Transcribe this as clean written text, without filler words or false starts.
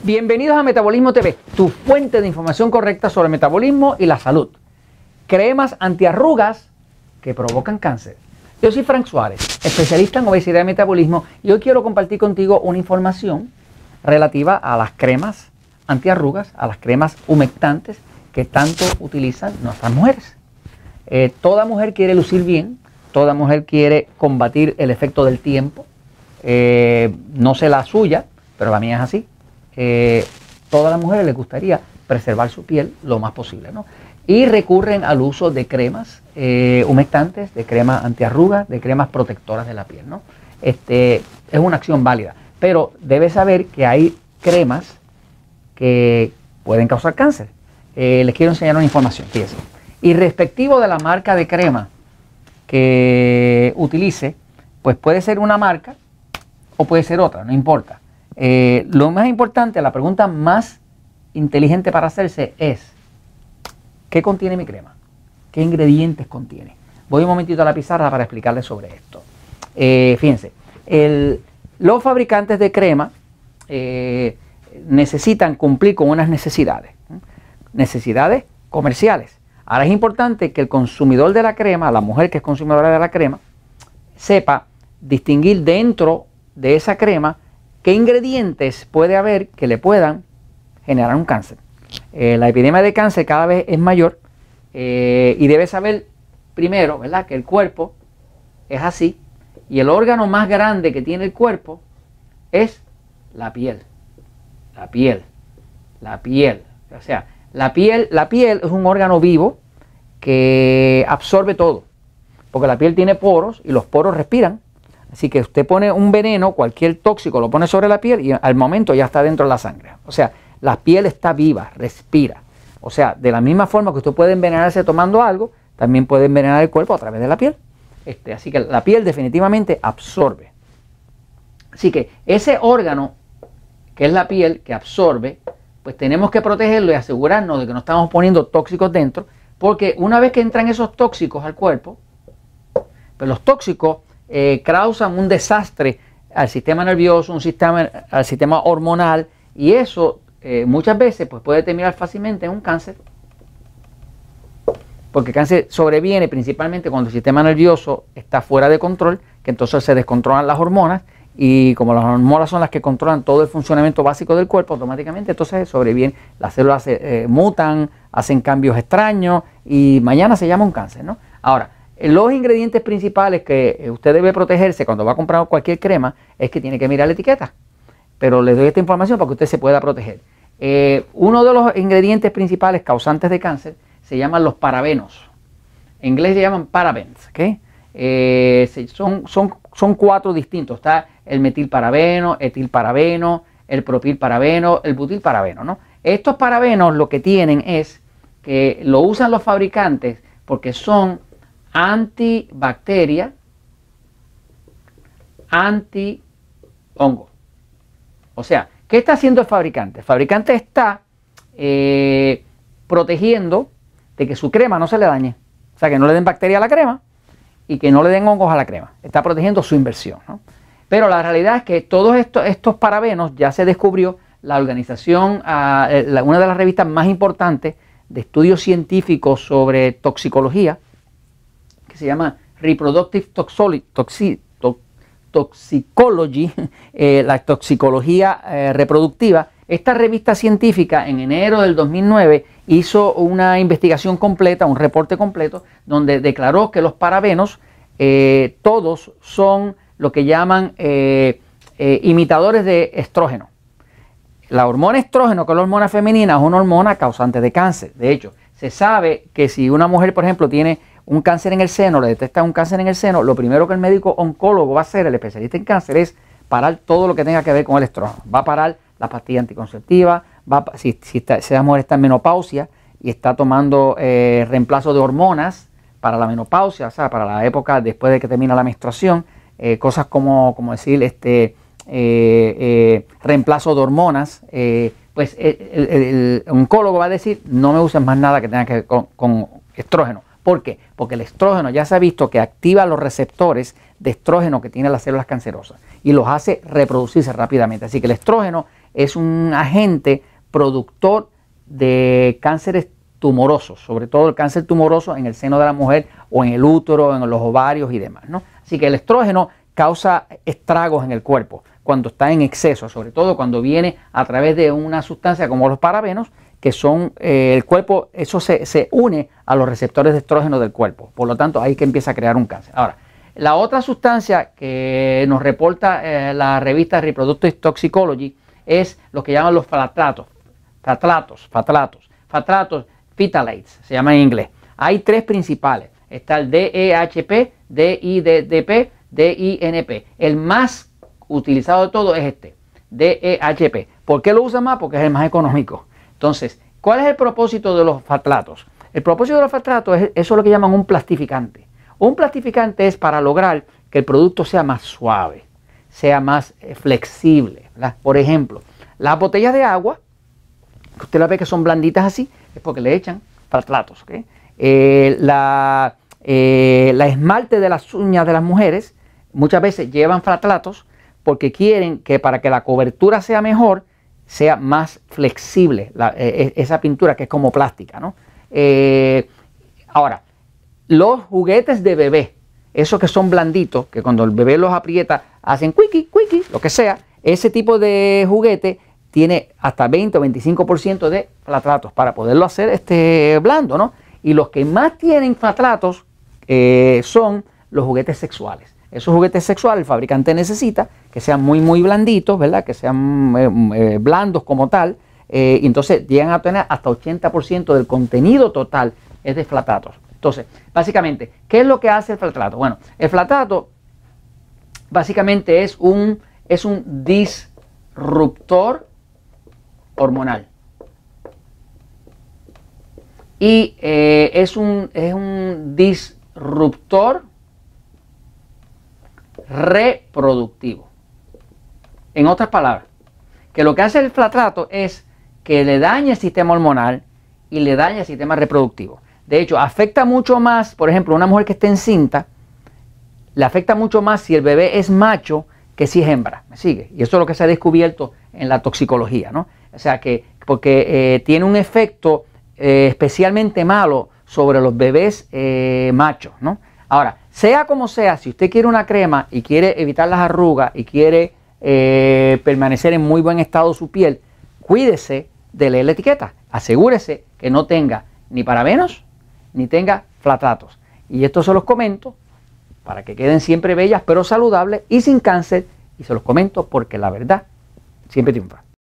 Bienvenidos a Metabolismo TV, tu fuente de información correcta sobre el metabolismo y la salud. Cremas antiarrugas que provocan cáncer. Yo soy Frank Suárez, especialista en obesidad y metabolismo, y hoy quiero compartir contigo una información relativa a las cremas antiarrugas, a las cremas humectantes que tanto utilizan nuestras mujeres. Toda mujer quiere lucir bien, toda mujer quiere combatir el efecto del tiempo, no sé la suya, pero la mía es así. Todas las mujeres les gustaría preservar su piel lo más posible, ¿no? Y recurren al uso de cremas humectantes, de cremas antiarrugas, de cremas protectoras de la piel, ¿no? Es una acción válida, pero debes saber que hay cremas que pueden causar cáncer. Les quiero enseñar una información, fíjense. Y respectivo de la marca de crema que utilice, pues puede ser una marca o puede ser otra, no importa. Lo más importante, la pregunta más inteligente para hacerse es: ¿qué contiene mi crema? ¿Qué ingredientes contiene? Voy un momentito a la pizarra para explicarles sobre esto. Fíjense, los fabricantes de crema necesitan cumplir con unas necesidades comerciales. Ahora es importante que el consumidor de la crema, la mujer que es consumidora de la crema, sepa distinguir dentro de esa crema qué ingredientes puede haber que le puedan generar un cáncer. La epidemia de cáncer cada vez es mayor y debe saber primero, ¿verdad?, que el cuerpo es así y el órgano más grande que tiene el cuerpo es la piel. La piel. O sea, la piel es un órgano vivo que absorbe todo, porque la piel tiene poros y los poros respiran. Así que usted pone un veneno, cualquier tóxico, lo pone sobre la piel y al momento ya está dentro de la sangre. O sea, la piel está viva, respira. O sea, de la misma forma que usted puede envenenarse tomando algo, también puede envenenar el cuerpo a través de la piel. Así que la piel definitivamente absorbe. Así que ese órgano, que es la piel, que absorbe, pues tenemos que protegerlo y asegurarnos de que no estamos poniendo tóxicos dentro, porque una vez que entran esos tóxicos al cuerpo, pues los tóxicos causan un desastre al sistema nervioso, al sistema hormonal, y eso muchas veces pues, puede terminar fácilmente en un cáncer, porque el cáncer sobreviene principalmente cuando el sistema nervioso está fuera de control, que entonces se descontrolan las hormonas, y como las hormonas son las que controlan todo el funcionamiento básico del cuerpo, automáticamente entonces sobrevienen, las células mutan, hacen cambios extraños y mañana se llama un cáncer, ¿no? Ahora, los ingredientes principales que usted debe protegerse cuando va a comprar cualquier crema es que tiene que mirar la etiqueta. Pero les doy esta información para que usted se pueda proteger. Uno de los ingredientes principales causantes de cáncer se llaman los parabenos. En inglés se llaman parabens, ¿okay? Son 4 distintos. Está el metilparabeno, etilparabeno, el propilparabeno, el butilparabeno, ¿no? Estos parabenos lo que tienen es que lo usan los fabricantes porque son antibacteria, anti-hongo. O sea, ¿qué está haciendo el fabricante? El fabricante está protegiendo de que su crema no se le dañe. O sea, que no le den bacteria a la crema y que no le den hongos a la crema. Está protegiendo su inversión, ¿no? Pero la realidad es que todos estos parabenos ya se descubrió la organización, una de las revistas más importantes de estudios científicos sobre toxicología, que se llama Reproductive Toxicology, la toxicología reproductiva. Esta revista científica en enero del 2009 hizo una investigación completa, un reporte completo, donde declaró que los parabenos todos son lo que llaman imitadores de estrógeno. La hormona estrógeno, que es la hormona femenina, es una hormona causante de cáncer. De hecho, se sabe que si una mujer, por ejemplo, tiene un cáncer en el seno, le detecta un cáncer en el seno, lo primero que el médico oncólogo va a hacer, el especialista en cáncer, es parar todo lo que tenga que ver con el estrógeno. Va a parar la pastilla anticonceptiva, si esa mujer está en menopausia y está tomando reemplazo de hormonas para la menopausia, o sea, para la época después de que termina la menstruación, cosas como decir, reemplazo de hormonas, pues el oncólogo va a decir: no me uses más nada que tenga que ver con estrógeno. ¿Por qué? Porque el estrógeno ya se ha visto que activa los receptores de estrógeno que tienen las células cancerosas y los hace reproducirse rápidamente. Así que el estrógeno es un agente productor de cánceres tumorosos, sobre todo el cáncer tumoroso en el seno de la mujer o en el útero, en los ovarios y demás, ¿no? Así que el estrógeno causa estragos en el cuerpo cuando está en exceso, sobre todo cuando viene a través de una sustancia como los parabenos, que son el cuerpo, eso se une a los receptores de estrógeno del cuerpo. Por lo tanto, ahí que empieza a crear un cáncer. Ahora, la otra sustancia que nos reporta la revista Reproductive Toxicology es lo que llaman los flatalates, phthalates, se llama en inglés. Hay tres principales. Está el DEHP, DIDP, DINP. El más utilizado de todo es este, DEHP. ¿Por qué lo usa más? Porque es el más económico. Entonces, ¿cuál es el propósito de los phthalatos? El propósito de los phthalatos es eso, es lo que llaman un plastificante. Un plastificante es para lograr que el producto sea más suave, sea más flexible, ¿verdad? Por ejemplo, las botellas de agua, que usted la ve que son blanditas así, es porque le echan phthalatos, ¿okay? La esmalte de las uñas de las mujeres muchas veces llevan phthalatos porque quieren que para que la cobertura sea mejor, sea más flexible esa pintura que es como plástica, ¿no? Ahora, los juguetes de bebé, esos que son blanditos, que cuando el bebé los aprieta hacen cuiqui, cuiqui, lo que sea, ese tipo de juguete tiene hasta 20 o 25% de phthalatos para poderlo hacer blando, ¿no? Y los que más tienen phthalatos son los juguetes sexuales. Esos juguetes sexuales el fabricante necesita que sean muy blanditos, ¿verdad? Que sean blandos como tal. Y entonces llegan a tener hasta 80% del contenido total es de phthalatos. Entonces, básicamente, ¿qué es lo que hace el phtalato? Bueno, el phtalato básicamente es un disruptor hormonal. Y es un disruptor reproductivo. En otras palabras, que lo que hace el phtalato es que le daña el sistema hormonal y le daña el sistema reproductivo. De hecho, afecta mucho más, por ejemplo, una mujer que esté encinta, le afecta mucho más si el bebé es macho que si es hembra. ¿Me sigue? Y eso es lo que se ha descubierto en la toxicología, ¿no? O sea que, porque tiene un efecto especialmente malo sobre los bebés machos, ¿no? Ahora, sea como sea, si usted quiere una crema y quiere evitar las arrugas y quiere permanecer en muy buen estado su piel, cuídese de leer la etiqueta. Asegúrese que no tenga ni parabenos ni tenga phtalatos. Y esto se los comento para que queden siempre bellas pero saludables y sin cáncer. Y se los comento porque la verdad siempre triunfa.